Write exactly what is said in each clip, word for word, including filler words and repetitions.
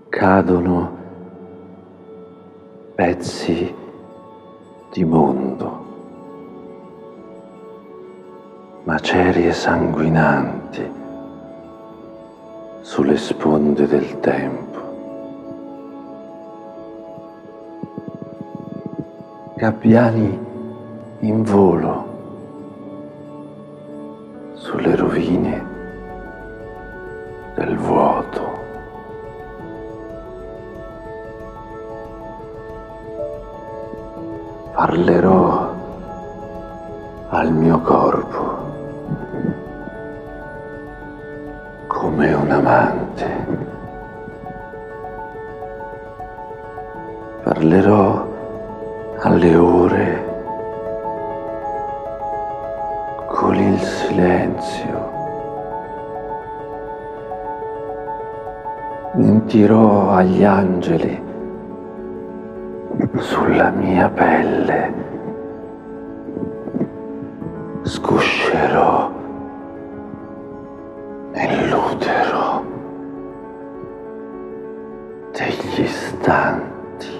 cadono pezzi di mondo, macerie sanguinanti sulle sponde del tempo, gabbiani in volo sulle rovine del vuoto. Parlerò al mio corpo come un amante. Parlerò alle ore con il silenzio. Mentirò agli angeli sulla mia pelle. Sguscerò nell'utero degli istanti.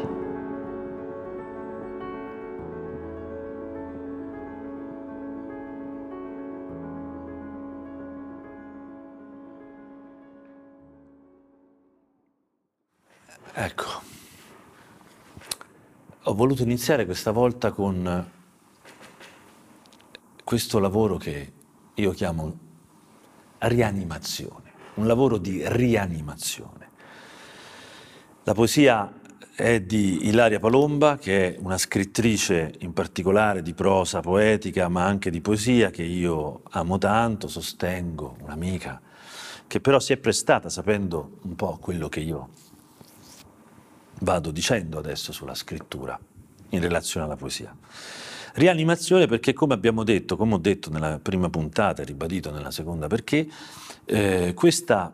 Ecco, ho voluto iniziare questa volta con questo lavoro che io chiamo rianimazione, un lavoro di rianimazione. La poesia è di Ilaria Palomba, che è una scrittrice in particolare di prosa poetica, ma anche di poesia, che io amo tanto, sostengo, un'amica, che però si è prestata, sapendo un po' quello che io vado dicendo adesso sulla scrittura in relazione alla poesia. Rianimazione perché, come abbiamo detto, come ho detto nella prima puntata e ribadito nella seconda, perché eh, questa,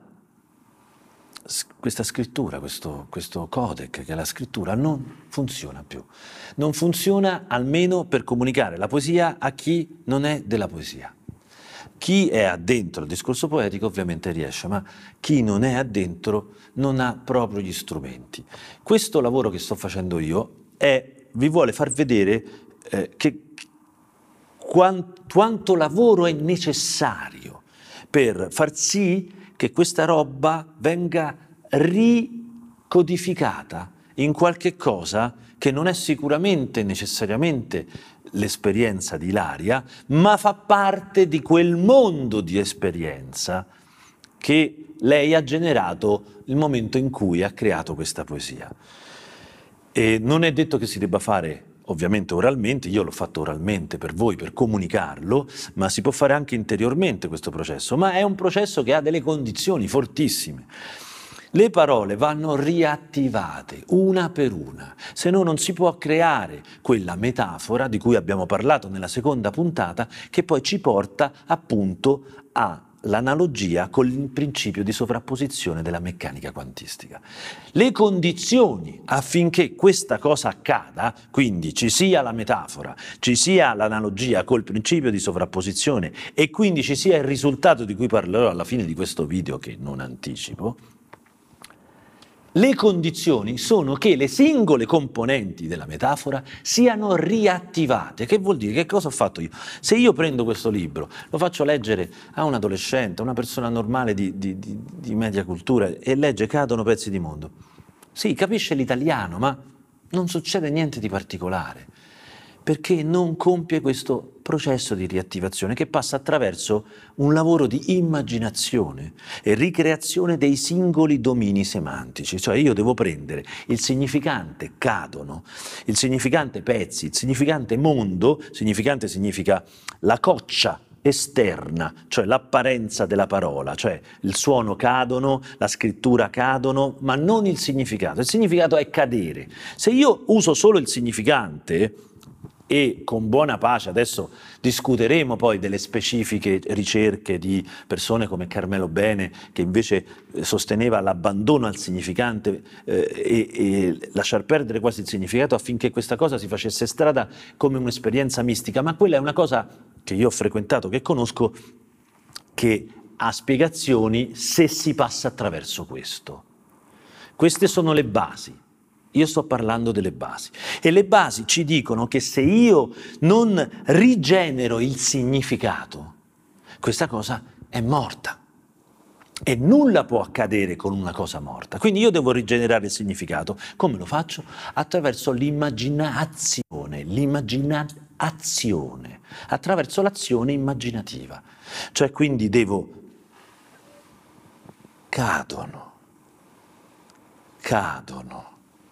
questa scrittura, questo, questo codec che è la scrittura, non funziona più. Non funziona almeno per comunicare la poesia a chi non è della poesia. Chi è addentro al discorso poetico ovviamente riesce, ma chi non è addentro non ha proprio gli strumenti. Questo lavoro che sto facendo io è, vi vuole far vedere eh, che, quant, quanto lavoro è necessario per far sì che questa roba venga ricodificata in qualche cosa che non è sicuramente necessariamente l'esperienza di Ilaria, ma fa parte di quel mondo di esperienza che lei ha generato il momento in cui ha creato questa poesia. E non è detto che si debba fare ovviamente oralmente, io l'ho fatto oralmente per voi, per comunicarlo, ma si può fare anche interiormente questo processo, ma è un processo che ha delle condizioni fortissime. Le parole vanno riattivate una per una, se no non si può creare quella metafora di cui abbiamo parlato nella seconda puntata, che poi ci porta appunto all'analogia con il principio di sovrapposizione della meccanica quantistica. Le condizioni affinché questa cosa accada, quindi ci sia la metafora, ci sia l'analogia col principio di sovrapposizione e quindi ci sia il risultato di cui parlerò alla fine di questo video, che non anticipo. Le condizioni sono che le singole componenti della metafora siano riattivate. Che vuol dire? Che cosa ho fatto io? Se io prendo questo libro, lo faccio leggere a un adolescente, a una persona normale di, di, di, di media cultura, e legge Cadono pezzi di mondo. Sì, capisce l'italiano, ma non succede niente di particolare, perché non compie questo processo di riattivazione che passa attraverso un lavoro di immaginazione e ricreazione dei singoli domini semantici. Cioè io devo prendere il significante cadono, il significante pezzi, il significante mondo. Significante significa la coccia esterna, cioè l'apparenza della parola, cioè il suono cadono, la scrittura cadono, ma non il significato. Il significato è cadere. Se io uso solo il significante, e con buona pace, adesso discuteremo poi delle specifiche ricerche di persone come Carmelo Bene, che invece sosteneva l'abbandono al significante eh, e, e lasciar perdere quasi il significato affinché questa cosa si facesse strada come un'esperienza mistica, ma quella è una cosa che io ho frequentato, che conosco, che ha spiegazioni se si passa attraverso questo. Queste sono le basi. Io sto parlando delle basi. E le basi ci dicono che se io non rigenero il significato, questa cosa è morta. E nulla può accadere con una cosa morta. Quindi io devo rigenerare il significato. Come lo faccio? Attraverso l'immaginazione, l'immaginazione, attraverso l'azione immaginativa. Cioè quindi devo... cadono, cadono.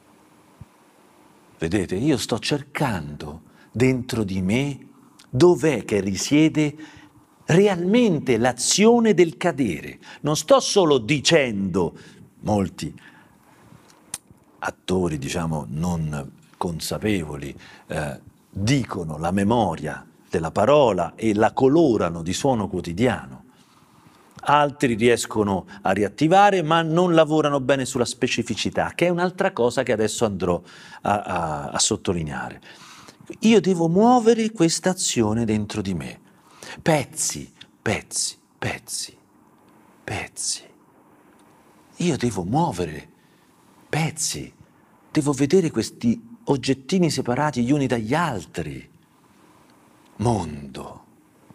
Vedete, io sto cercando dentro di me dov'è che risiede realmente l'azione del cadere. Non sto solo dicendo, molti attori, diciamo, non consapevoli, eh, dicono la memoria della parola e la colorano di suono quotidiano. Altri riescono a riattivare, ma non lavorano bene sulla specificità, che è un'altra cosa che adesso andrò a, a, a sottolineare. Io devo muovere questa azione dentro di me. Pezzi, pezzi, pezzi, pezzi. Io devo muovere pezzi, devo vedere questi oggettini separati gli uni dagli altri. Mondo,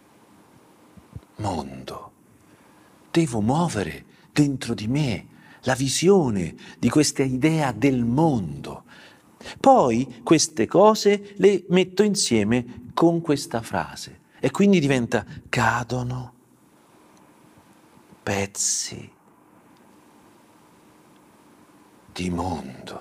mondo. Devo muovere dentro di me la visione di questa idea del mondo. Poi queste cose le metto insieme con questa frase e quindi diventa cadono pezzi di mondo.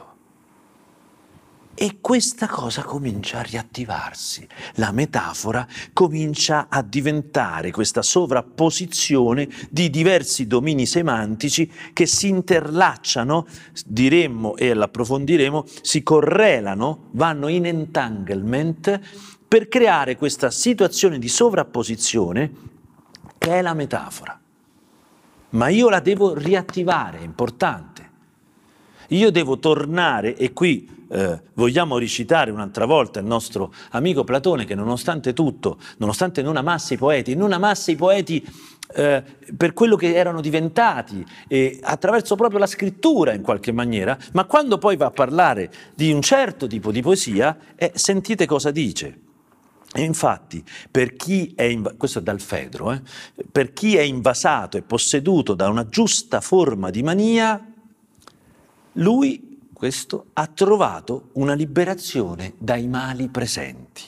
E questa cosa comincia a riattivarsi. La metafora comincia a diventare questa sovrapposizione di diversi domini semantici che si interlacciano, diremmo e l'approfondiremo, si correlano, vanno in entanglement per creare questa situazione di sovrapposizione che è la metafora. Ma io la devo riattivare, è importante. Io devo tornare, e qui eh, vogliamo ricitare un'altra volta il nostro amico Platone, che nonostante tutto, nonostante non amasse i poeti, non amasse i poeti eh, per quello che erano diventati, e attraverso proprio la scrittura in qualche maniera, ma quando poi va a parlare di un certo tipo di poesia, eh, sentite cosa dice. E infatti, per chi è, inv- questo è dal Fedro, eh, per chi è invasato e posseduto da una giusta forma di mania, lui, questo, ha trovato una liberazione dai mali presenti.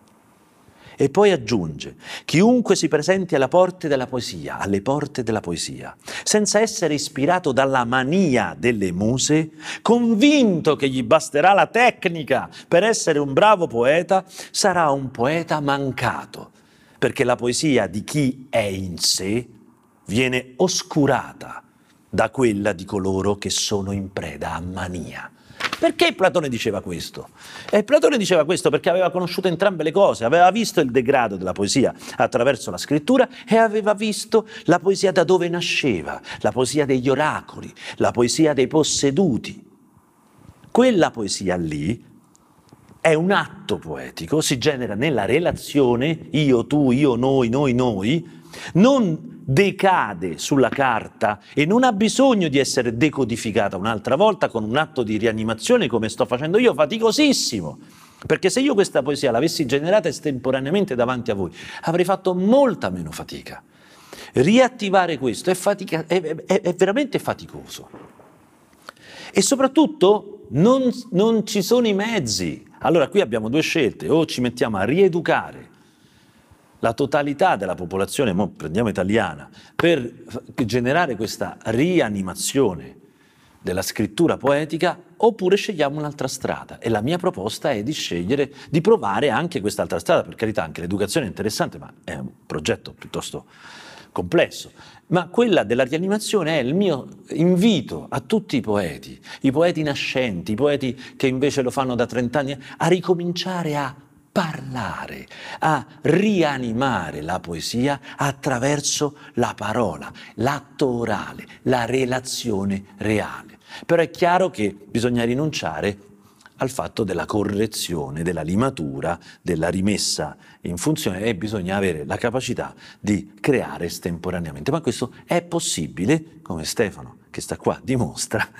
E poi aggiunge, chiunque si presenti alle porte della poesia, alle porte della poesia, senza essere ispirato dalla mania delle muse, convinto che gli basterà la tecnica per essere un bravo poeta, sarà un poeta mancato, perché la poesia di chi è in sé viene oscurata da quella di coloro che sono in preda a mania. Perché Platone diceva questo? E Platone diceva questo perché aveva conosciuto entrambe le cose, aveva visto il degrado della poesia attraverso la scrittura e aveva visto la poesia da dove nasceva, la poesia degli oracoli, la poesia dei posseduti. Quella poesia lì è un atto poetico, si genera nella relazione io, tu, io, noi, noi, noi, non decade sulla carta e non ha bisogno di essere decodificata un'altra volta con un atto di rianimazione come sto facendo io, faticosissimo, perché se io questa poesia l'avessi generata estemporaneamente davanti a voi avrei fatto molta meno fatica. Riattivare questo è, fatica, è, è, è veramente faticoso e soprattutto non, non ci sono i mezzi. Allora qui abbiamo due scelte: o ci mettiamo a rieducare la totalità della popolazione, mo prendiamo italiana, per generare questa rianimazione della scrittura poetica, oppure scegliamo un'altra strada. E la mia proposta è di scegliere, di provare anche quest'altra strada. Per carità, anche l'educazione è interessante, ma è un progetto piuttosto complesso. Ma quella della rianimazione è il mio invito a tutti i poeti, i poeti nascenti, i poeti che invece lo fanno da trent'anni, a ricominciare a parlare, a rianimare la poesia attraverso la parola, l'atto orale, la relazione reale. Però è chiaro che bisogna rinunciare al fatto della correzione, della limatura, della rimessa in funzione, e bisogna avere la capacità di creare estemporaneamente. Ma questo è possibile, come Stefano, che sta qua, dimostra,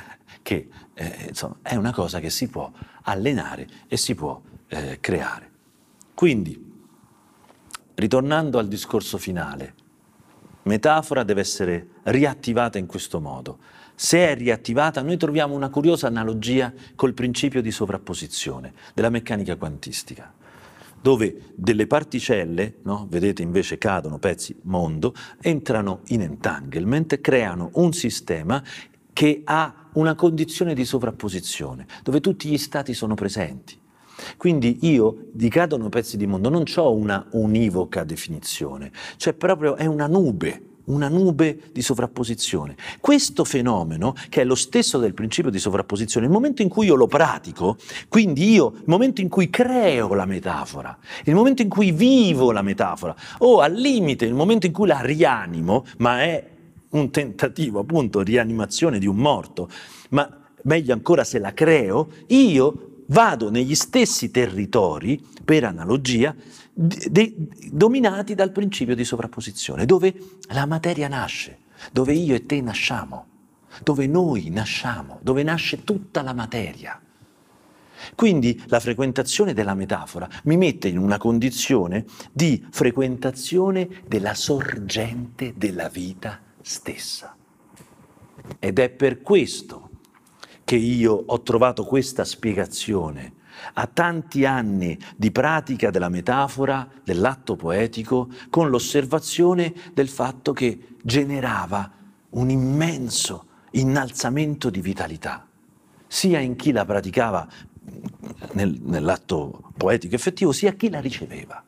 che eh, insomma, è una cosa che si può allenare e si può eh, creare. Quindi, ritornando al discorso finale, metafora deve essere riattivata in questo modo. Se è riattivata, noi troviamo una curiosa analogia col principio di sovrapposizione della meccanica quantistica, dove delle particelle, no, vedete invece cadono pezzi mondo, entrano in entanglement, creano un sistema che ha una condizione di sovrapposizione, dove tutti gli stati sono presenti. Quindi io di cadono pezzi di mondo non ho una univoca definizione, cioè proprio è una nube, una nube di sovrapposizione. Questo fenomeno, che è lo stesso del principio di sovrapposizione, il momento in cui io lo pratico, quindi io, il momento in cui creo la metafora, il momento in cui vivo la metafora, o al limite il momento in cui la rianimo, ma è un tentativo appunto rianimazione di un morto, ma meglio ancora se la creo, io vado negli stessi territori, per analogia, de- dominati dal principio di sovrapposizione, dove la materia nasce, dove io e te nasciamo, dove noi nasciamo, dove nasce tutta la materia. Quindi la frequentazione della metafora mi mette in una condizione di frequentazione della sorgente della vita stessa. Ed è per questo che io ho trovato questa spiegazione a tanti anni di pratica della metafora, dell'atto poetico, con l'osservazione del fatto che generava un immenso innalzamento di vitalità, sia in chi la praticava nel, nell'atto poetico effettivo, sia chi la riceveva.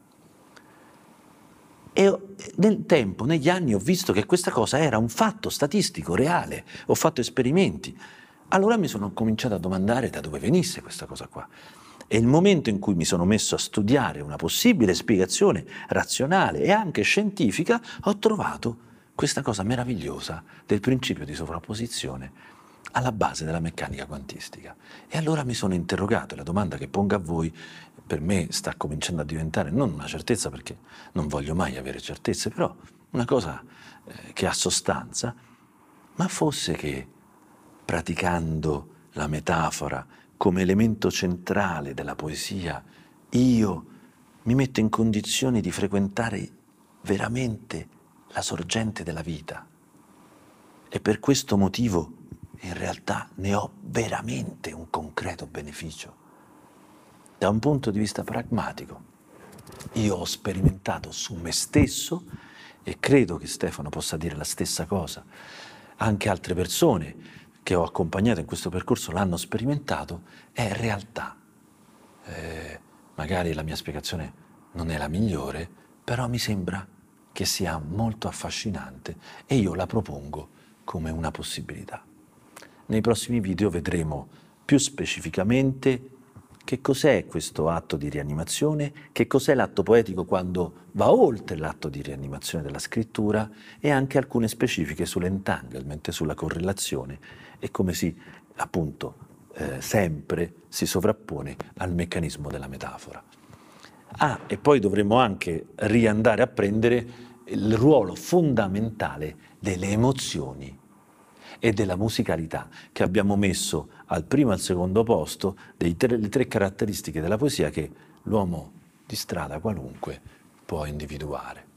E nel tempo, negli anni, ho visto che questa cosa era un fatto statistico, reale, ho fatto esperimenti. Allora mi sono cominciato a domandare da dove venisse questa cosa qua. E il momento in cui mi sono messo a studiare una possibile spiegazione razionale e anche scientifica, ho trovato questa cosa meravigliosa del principio di sovrapposizione alla base della meccanica quantistica. E allora mi sono interrogato, e la domanda che pongo a voi, per me sta cominciando a diventare non una certezza, perché non voglio mai avere certezze, però una cosa eh, che ha sostanza, ma fosse che praticando la metafora come elemento centrale della poesia, io mi metto in condizioni di frequentare veramente la sorgente della vita. E per questo motivo, in realtà, ne ho veramente un concreto beneficio. Da un punto di vista pragmatico, io ho sperimentato su me stesso, e credo che Stefano possa dire la stessa cosa, anche altre persone che ho accompagnato in questo percorso l'hanno sperimentato, è realtà. Eh, magari la mia spiegazione non è la migliore, però mi sembra che sia molto affascinante e io la propongo come una possibilità. Nei prossimi video vedremo più specificamente che cos'è questo atto di rianimazione, che cos'è l'atto poetico quando va oltre l'atto di rianimazione della scrittura e anche alcune specifiche sull'entanglement, sulla correlazione e come si, appunto, eh, sempre si sovrappone al meccanismo della metafora. Ah, e poi dovremo anche riandare a prendere il ruolo fondamentale delle emozioni e della musicalità che abbiamo messo al primo e al secondo posto delle tre, tre caratteristiche della poesia che l'uomo di strada qualunque può individuare.